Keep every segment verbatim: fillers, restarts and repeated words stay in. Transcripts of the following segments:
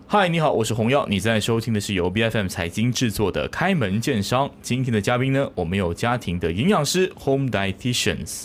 嗨，你好，我是洪耀，你在收听的是由 B F M 财经制作的开门见商。今天的嘉宾呢，我们有家庭的营养师 Home Dietitians。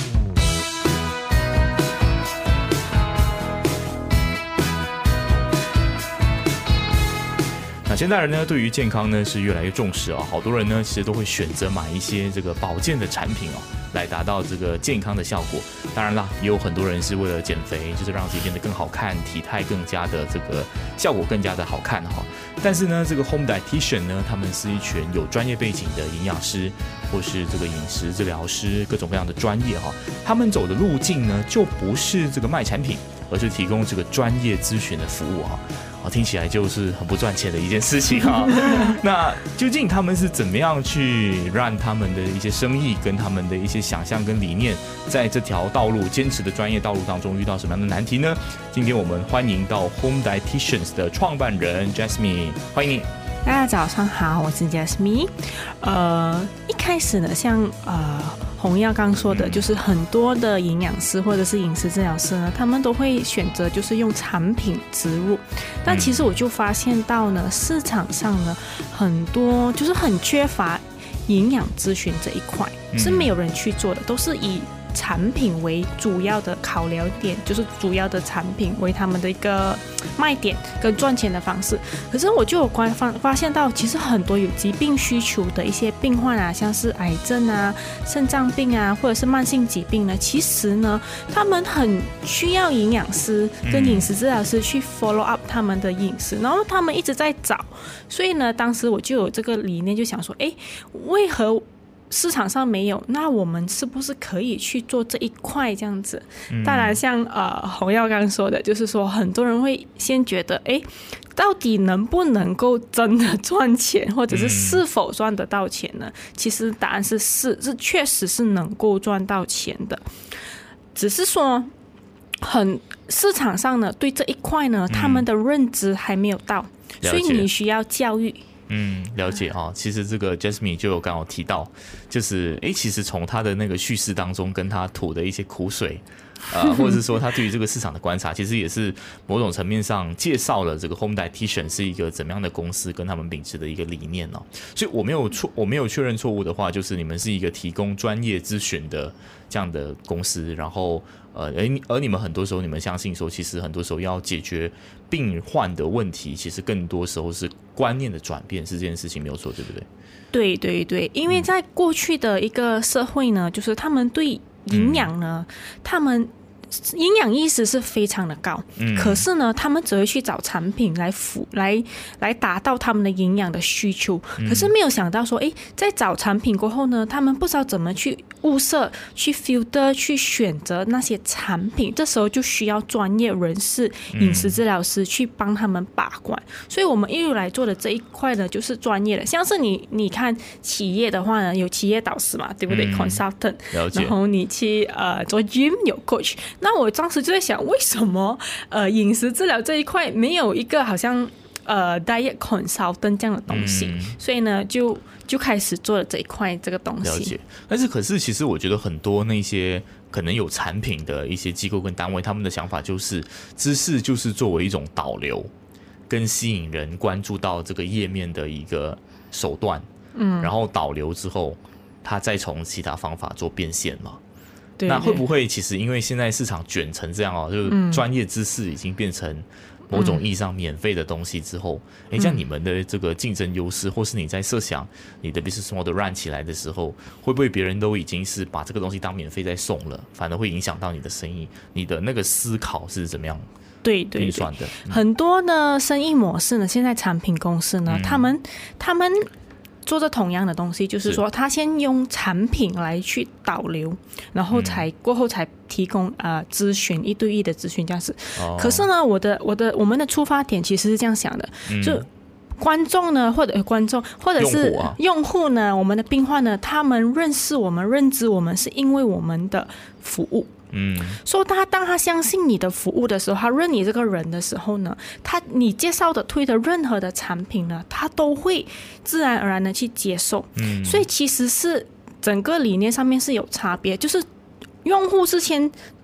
那现代人呢，对于健康呢是越来越重视啊，好多人呢其实都会选择买一些这个保健的产品啊，来达到这个健康的效果。当然啦，也有很多人是为了减肥，就是让自己变得更好看，体态更加的这个效果更加的好看哈。但是呢，这个 Home Dietitian 呢，他们是一群有专业背景的营养师，或是这个饮食治疗师，各种各样的专业哈。他们走的路径呢，就不是这个卖产品，而是提供这个专业咨询的服务哈。听起来就是很不赚钱的一件事情啊。那究竟他们是怎么样去让他们的一些生意跟他们的一些想象跟理念，在这条道路坚持的专业道路当中遇到什么样的难题呢？今天我们欢迎到 Home Dietitians 的创办人 Jasmine， 欢迎你。 大家早上好，我是 Jasmine。呃，一开始呢，像呃洪耀刚说的，就是很多的营养师或者是饮食治疗师呢，他们都会选择就是用产品植入。但其实我就发现到呢，市场上呢很多就是很缺乏营养咨询这一块，是没有人去做的，都是以产品为主要的考量点，就是主要的产品为他们的一个卖点跟赚钱的方式。可是我就有发现到，其实很多有疾病需求的一些病患啊，像是癌症啊、肾脏病啊，或者是慢性疾病呢，其实呢，他们很需要营养师跟饮食治疗师去 follow up 他们的饮食，然后他们一直在找。所以呢，当时我就有这个理念，就想说，哎，为何市场上没有，那我们是不是可以去做这一块这样子？嗯、当然像呃洪耀刚说的，就是说很多人会先觉得，哎，到底能不能够真的赚钱，或者是是否赚得到钱呢？嗯、其实答案是是，是确实是能够赚到钱的，只是说很市场上呢对这一块呢，他们的认知还没有到，嗯、所以你需要教育。 嗯，了解啊。其实这个 Jasmine 就有刚好提到，就是哎，其实从他的那个叙事当中，跟他吐的一些苦水，呃，或者是说他对于这个市场的观察，其实也是某种层面上介绍了这个 Home Dietitian 是一个怎么样的公司，跟他们秉持的一个理念哦。所以我没有错，我没有确认错误的话，就是你们是一个提供专业咨询的这样的公司，然后呃，而你们很多时候，你们相信说，其实很多时候要解决病患的问题，其实更多时候是观念的转变，是这件事情没有错，对不对？ 对对对，因为在过去的一个社会呢，就是他们对营养呢，嗯、他们营养意识是非常的高，嗯、可是呢，他们只会去找产品来辅来来达到他们的营养的需求，嗯、可是没有想到说，哎，在找产品过后呢，他们不知道怎么去物色、去 filter、去选择那些产品，这时候就需要专业人士、饮食治疗师去帮他们把关。嗯、所以我们一路来做的这一块呢，就是专业的，像是你你看企业的话呢，有企业导师嘛，对不对？嗯、consultant， 然后你去呃做 gym 有 coach。那我当时就在想，为什么呃饮食治疗这一块没有一个好像呃 diet consultant 这样的东西？嗯、所以呢，就就开始做了这一块这个东西。 了解。但是可是其实我觉得很多那些可能有产品的一些机构跟单位，他们的想法就是知识就是作为一种导流，跟吸引人关注到这个页面的一个手段。嗯。然后导流之后，他再从其他方法做变现嘛。对对，那会不会其实因为现在市场卷成这样哦，就是专业知识已经变成某种意义上免费的东西之后，哎、嗯，像你们的这个竞争优势，或是你在设想你的 business model run 起来的时候，会不会别人都已经是把这个东西当免费在送了，反而会影响到你的生意？你的那个思考是怎么样？ 对对对， 运算的、嗯、 很多的生意模式呢，现在产品公司呢，嗯、他们他们。做着同样的东西，就是说他先用产品来去导流，然后才、嗯、过后才提供呃咨询一对一的咨询这样子。哦、可是呢，我的我的我们的出发点其实是这样想的，嗯、就观众呢，或者观众或者是用户呢，用户啊、我们的病患呢，他们认识我们、认知我们，是因为我们的服务。嗯，所以他当他相信你的服务的时候，他认你这个人的时候呢，他你介绍的推的任何的产品呢，他都会自然而然的去接受。嗯，所以其实是整个理念上面是有差别，就是用户是先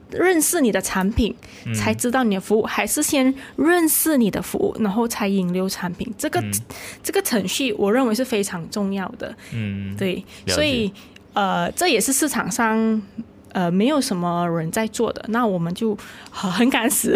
认识你的产品才知道你的服务，嗯、还是先认识你的服务，然后才引流产品？这个、嗯、这个程序，我认为是非常重要的。嗯，对，所以呃，这也是市场上。呃，没有什么人在做的，那我们就很敢死。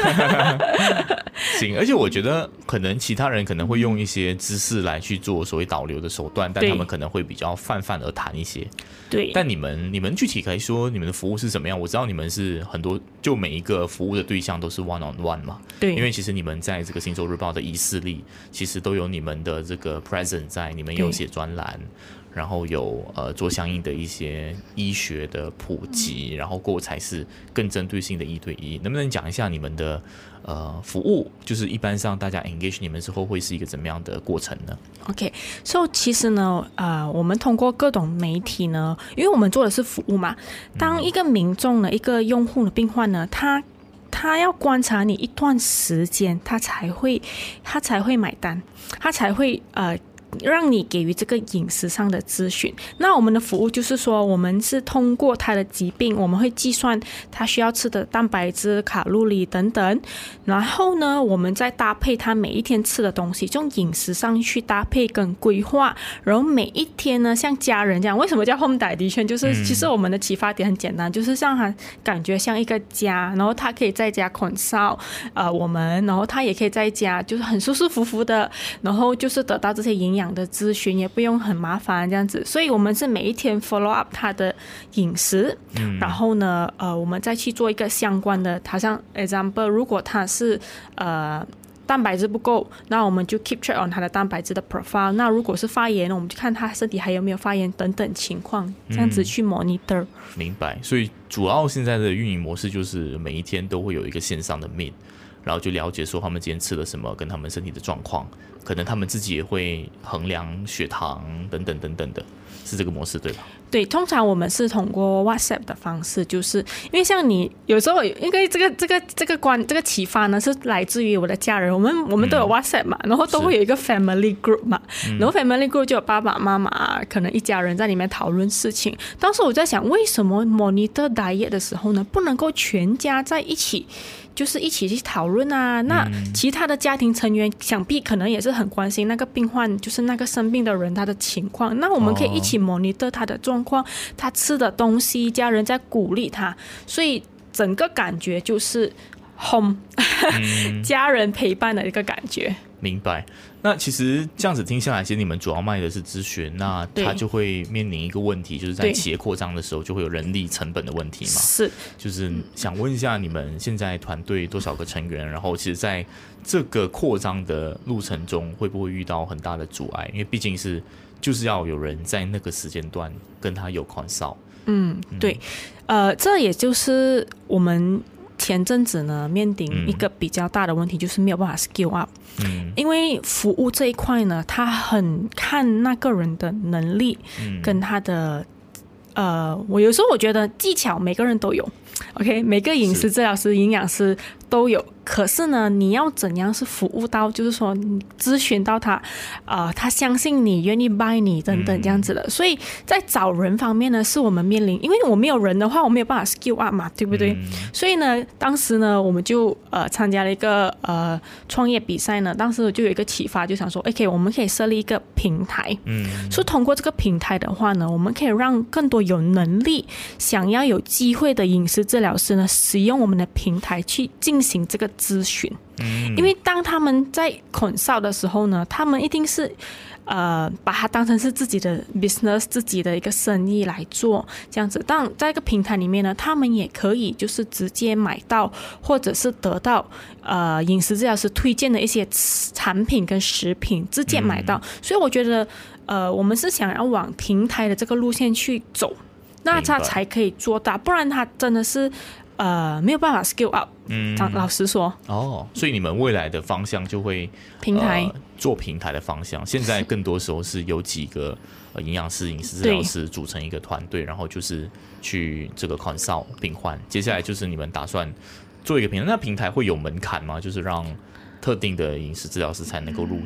行，而且我觉得可能其他人可能会用一些知识来去做所谓导流的手段，但他们可能会比较泛泛而谈一些。 对， 但你们你们具体可以说你们的服务是怎么样？我知道你们是很多，就每一个服务的对象都是 one on one 嘛。 对， 因为其实你们在这个新洲日报的一四例，其实都有你们的这个 present 在，你们有写专栏。然后有呃做相应的一些医学的普及，然后过后才是更针对性的一对一。能不能讲一下你们的呃服务，就是一般上大家 engage 你们之后会是一个怎么样的过程呢 ？OK， 所、so, 以其实呢，呃，我们通过各种媒体呢，因为我们做的是服务嘛，当一个民众呢，一个用户的病患呢，他他要观察你一段时间，他才会他才会买单，他才会呃。让你给予这个饮食上的咨询。那我们的服务就是说，我们是通过他的疾病，我们会计算他需要吃的蛋白质、卡路里等等，然后呢，我们再搭配他每一天吃的东西，从饮食上去搭配跟规划，然后每一天呢，像家人这样。为什么叫 home dietitian？ 就是、嗯、其实我们的启发点很简单，就是让他感觉像一个家，然后他可以在家 consult 呃我们，然后他也可以在家就是很舒舒服服的，然后就是得到这些营养的咨询，也不用很麻烦这样子，所以我们是每一天 follow up 他的饮食、嗯、然后呢呃，我们再去做一个相关的，好像 example 如果他是呃蛋白质不够，那我们就 keep track on 他的蛋白质的 profile， 那如果是发炎，我们就看他身体还有没有发炎等等情况，这样子去 monitor、嗯、 明白。所以主要现在的运营模式就是每一天都会有一个线上的 meet， 然后就了解说他们今天吃了什么，跟他们身体的状况，可能他们自己也会衡量血糖等等等等的，是这个模式对吧？ 对，通常我们是通过 WhatsApp 的方式，就是因为像你有时候，因为这个这个这个观这个启发呢，是来自于我的家人，我们我们都有 WhatsApp 嘛，嗯、然后都会有一个 family group 嘛，然后 family group 就有爸爸妈妈，可能一家人在里面讨论事情。当时我在想，为什么 monitor diet 的时候呢，不能够全家在一起？就是一起去讨论啊，那其他的家庭成员想必可能也是很关心那个病患，就是那个生病的人他的情况，那我们可以一起 monitor 他的状况，他吃的东西，家人在鼓励他，所以整个感觉就是 home、嗯、家人陪伴的一个感觉。 明白。那其实这样子听下来，其实你们主要卖的是咨询，那它就会面临一个问题，就是在企业扩张的时候就会有人力成本的问题嘛。 是， 就是想问一下你们现在团队多少个成员，然后其实在这个扩张的路程中会不会遇到很大的阻碍？因为毕竟是就是要有人在那个时间段跟他有 consult。 嗯，对，呃，这也就是我们前阵子呢面临一个比较大的问题，就是没有办法 scale up。嗯，因为服务这一块呢，他很看那个人的能力跟他的、嗯、呃，我有时候我觉得技巧每个人都有 ，OK， 每个饮食治疗师、营养师都有。可是呢，你要怎样是服务到，就是说你咨询到他，呃，他相信你，愿意 buy 你等等这样子的。嗯、所以在找人方面呢，是我们面临，因为我没有人的话，我没有办法 skill up 嘛，对不对？嗯、所以呢，当时呢，我们就呃参加了一个呃创业比赛呢，当时就有一个启发，就想说 ，OK， 我们可以设立一个平台，嗯，所以通过这个平台的话呢，我们可以让更多有能力、想要有机会的饮食治疗师呢，使用我们的平台去进行这个咨询，嗯、因为当他们在 consult 的时候呢，他们一定是呃把它当成是自己的 business 自己的一个生意来做，这样子。但在一个平台里面呢，他们也可以就是直接买到或者是得到呃饮食治疗师推荐的一些产品跟食品，直接买到。嗯、所以我觉得呃我们是想要往平台的这个路线去走，那他才可以做大，不然他真的是呃，没有办法 scale up。嗯，老实说。 哦，所以你们未来的方向就会平台、呃、 做平台的方向。现在更多时候是有几个呃营养师、饮食治疗师组成一个团队，然后就是去这个 consult 病患。接下来就是你们打算做一个平台，那平台会有门槛吗？就是让特定的饮食治疗师才能够入驻，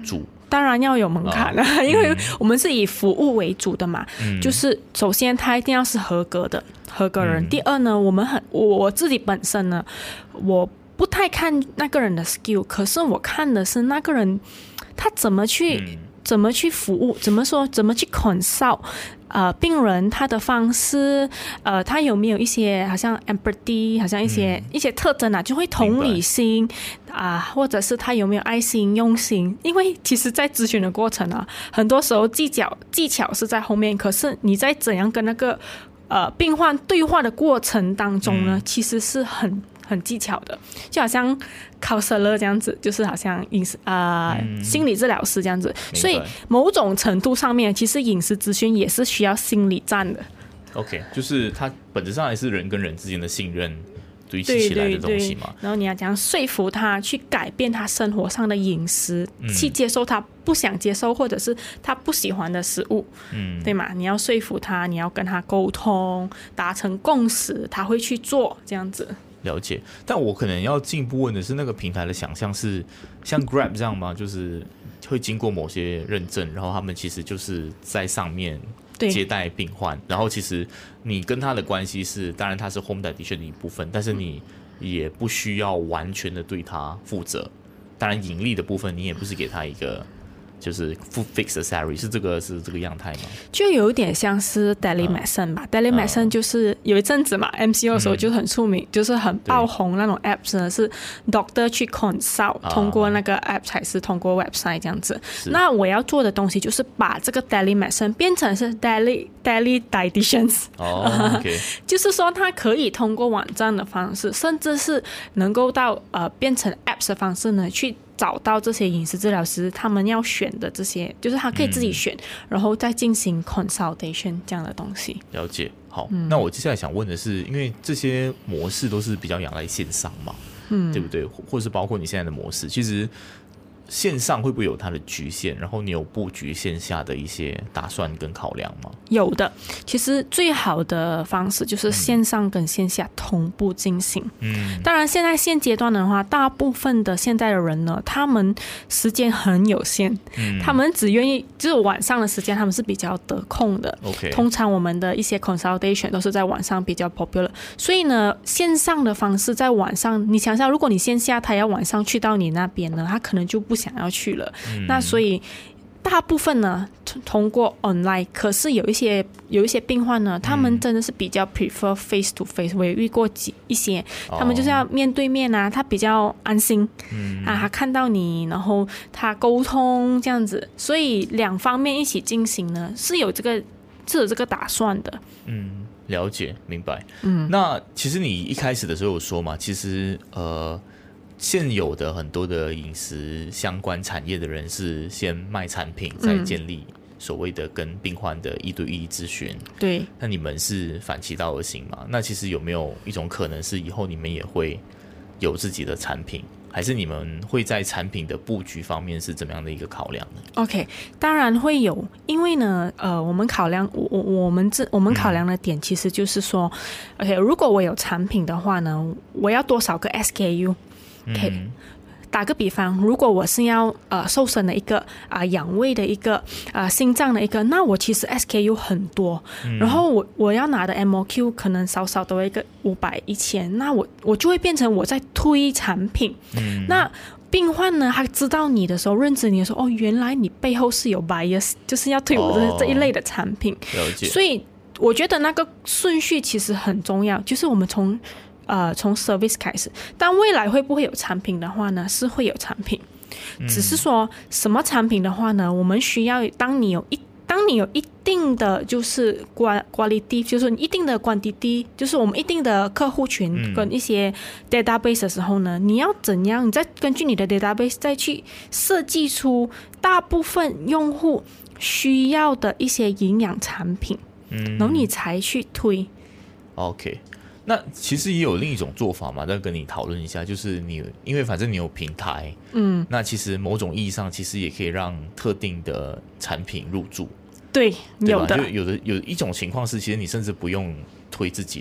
当然要有门槛了、哦、因为我们是以服务为主的嘛、嗯、就是首先他一定要是合格的合格人、嗯、第二呢，我们很我自己本身呢，我不太看那个人的 skill， 可是我看的是那个人他怎么去、嗯、怎么去服务，怎么说怎么去 consult 呃，病人他的方式，呃，他有没有一些好像 empathy， 好像一些、嗯、一些特征啊，就会同理心啊、呃，或者是他有没有爱心、用心。因为其实，在咨询的过程啊，很多时候技巧技巧是在后面，可是你在怎样跟那个呃病患对话的过程当中呢，嗯、其实是很很技巧的，就好像 counselor 这样子，就是好像饮食呃、嗯、心理治疗师这样子，所以某种程度上面，其实饮食咨询也是需要心理战的。 OK， 就是它本质上还是人跟人之间的信任堆积起来的东西嘛。对对对， 然后你要怎样说服他去改变他生活上的饮食，嗯、去接受他不想接受或者是他不喜欢的食物，嗯，对吗？你要说服他，你要跟他沟通，达成共识，他会去做这样子。 了解，但我可能要进一步问的是，那个平台的想象是像 Grab 这样吗？就是会经过某些认证，然后他们其实就是在上面接待病患，然后其实你跟他的关系是，当然他是 Home Dietitian 的一部分，但是你也不需要完全的对他负责。当然盈利的部分，你也不是给他一个就是 full fixed salary， 是这个是这个样态吗？ 就有点像是 telemedicine 吧、uh, telemedicine 就是有一阵子嘛、uh, M C O 的时候就很出名、嗯、就是很爆红那种 apps 呢，是 doctor 去 consult、uh, 通过那个 app 还是通过 website 这样子。那我要做的东西就是把这个 telemedicine 变成是 daily daily dietitians、oh, okay. 就是说它可以通过网站的方式，甚至是能够到呃变成 apps 的方式呢，去找到这些饮食治疗师他们要选的这些，就是他可以自己选、嗯、然后再进行 consultation 这样的东西。 了解。好、嗯、那我接下来想问的是，因为这些模式都是比较仰赖线上嘛，嗯，对不对？或是包括你现在的模式，其实线上会不会有它的局限？然后你有布局线下的一些打算跟考量吗？ 有的，其实最好的方式就是线上跟线下同步进行。嗯，当然现在现阶段的话，大部分的现在的人呢，他们时间很有限，嗯、他们只愿意就是晚上的时间，他们是比较得空的。 OK， 通常我们的一些 consultation 都是在晚上比较 popular， 所以呢，线上的方式在晚上，你想想，如果你线下他要晚上去到你那边呢，他可能就不想要去了、嗯、那所以大部分呢通过 online， 可是有一些有一些病患呢，他们真的是比较 prefer face to face。我也遇过几一些、哦、他们就是要面对面啊，他比较安心、嗯、啊，他看到你，然后他沟通这样子，所以两方面一起进行呢，是有这个是有这个打算的。 嗯，了解，明白。嗯，那其实你一开始的时候有说嘛，其实呃现有的很多的饮食相关产业的人是先卖产品，再建立所谓的跟病患的一对一咨询。 对， 那你们是反其道而行嘛？那其实有没有一种可能是以后你们也会有自己的产品，还是你们会在产品的布局方面是怎么样的一个考量呢？ OK， 当然会有，因为呢，呃，我们考量我我们这我们考量的点其实就是说、嗯、，OK， 如果我有产品的话呢，我要多少个 S K U？OK，、嗯、打个比方，如果我是要呃瘦身的一个啊、呃、养胃的一个啊、呃、心脏的一个，那我其实 S K U 很多，嗯、然后我我要拿的 M O Q 可能少少都一个五百一千，那我我就会变成我在推产品，嗯、那病患呢，他知道你的时候，认知你的时候，哦，原来你背后是有 bias， 就是要推我的这一类的产品， 哦、了解。 所以我觉得那个顺序其实很重要，就是我们从呃，从 service 开始，但未来会不会有产品的话呢？是会有产品，嗯、只是说什么产品的话呢？我们需要当你有一当你有一定的就是 quality， 就是一定的 quantity， 就是我们一定的客户群跟一些 database 的时候呢，嗯、你要怎样？你再根据你的 database 再去设计出大部分用户需要的一些营养产品，嗯、然后你才去推。 OK。那其实也有另一种做法嘛，再跟你讨论一下，就是你因为反正你有平台，嗯，那其实某种意义上其实也可以让特定的产品入驻， 对， 对吧？ 有的， 就有的有一种情况是，其实你甚至不用推自己的，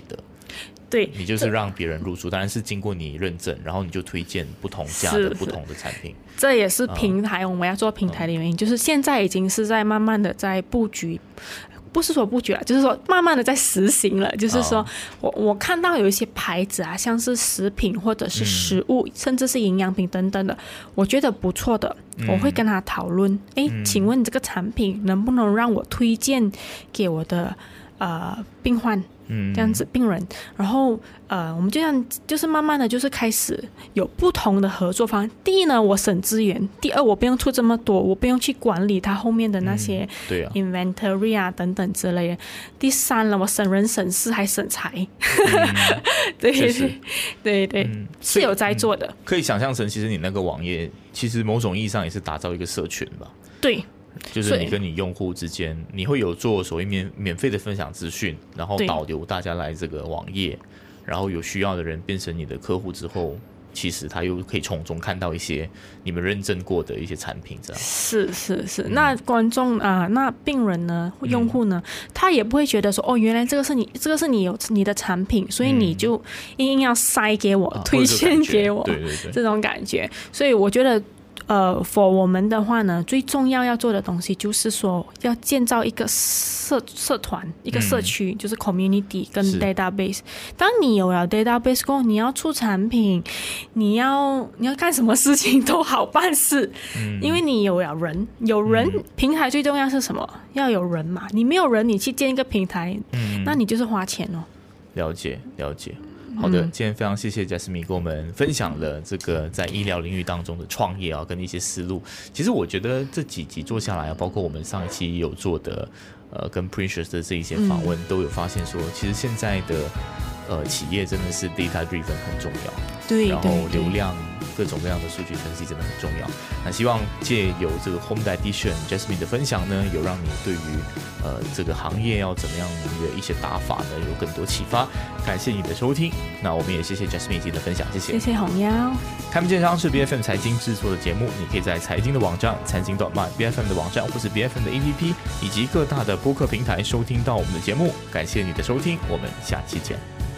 对， 你就是让别人入驻，当然是经过你认证，然后你就推荐不同价的不同的产品。 这也是平台、嗯、我们要做平台的原因、嗯、就是现在已经是在慢慢的在布局，不是说布局了，就是说慢慢的在实行了。就是说、哦、我我看到有一些牌子啊，像是食品或者是食物、嗯、甚至是营养品等等的，我觉得不错的、嗯、我会跟他讨论，哎、嗯，请问这个产品能不能让我推荐给我的呃病患，嗯，这样子病人，然后呃，我们就这样就是慢慢的就是开始有不同的合作方案。第一呢，我省资源；第二，我不用出这么多，我不用去管理它后面的那些 inventory 啊等等之类的。第三呢，我省人省事还省财。嗯、对对对对、嗯，是有在做的、嗯。 可以想象成，其实你那个网页，其实某种意义上也是打造一个社群吧。 对。 就是你跟你用户之间，你会有做所谓免免费的分享资讯，然后导流大家来这个网页，然后有需要的人变成你的客户之后，其实他又可以从中看到一些你们认证过的一些产品，这样。 是是是，嗯、那观众啊、呃，那病人呢，用户呢、嗯，他也不会觉得说，哦，原来这个是你，这个是你有你的产品，所以你就硬硬要塞给我，嗯、推荐给我， 对对对， 这种感觉。所以我觉得。呃 ，for 我们的话呢，最重要要做的东西就是说，要建造一个社社团，一个社区、嗯，就是 community 跟 database。当你有了 database 过后，你要出产品，你要你要干什么事情都好办事，嗯、因为你有了人，有人、嗯、平台最重要是什么？要有人嘛，你没有人，你去建一个平台，嗯、那你就是花钱哦。 了解，了解。好的，今天非常谢谢 Jasmine 跟我们分享了这个在医疗领域当中的创业啊，跟一些思路。其实我觉得这几集做下来，包括我们上一期有做的呃跟 Precious 的这一些访问、嗯，都有发现说，其实现在的呃企业真的是 data driven 很重要， 对， 然后流量各种各样的数据分析真的很重要。那希望借由这个 Home Edition Jasmine 的分享呢，有让你对于呃这个行业要怎么样的一些打法呢，有更多启发。感谢你的收听，那我们也谢谢 Jasmine 今天的分享，谢谢。 谢谢红妖。 开门见山是 B F M 财经制作的节目，你可以在财经的网站财经 .my B F M 的网站或是 B F M 的 A P P 以及各大的播客平台收听到我们的节目。感谢你的收听，我们下期见。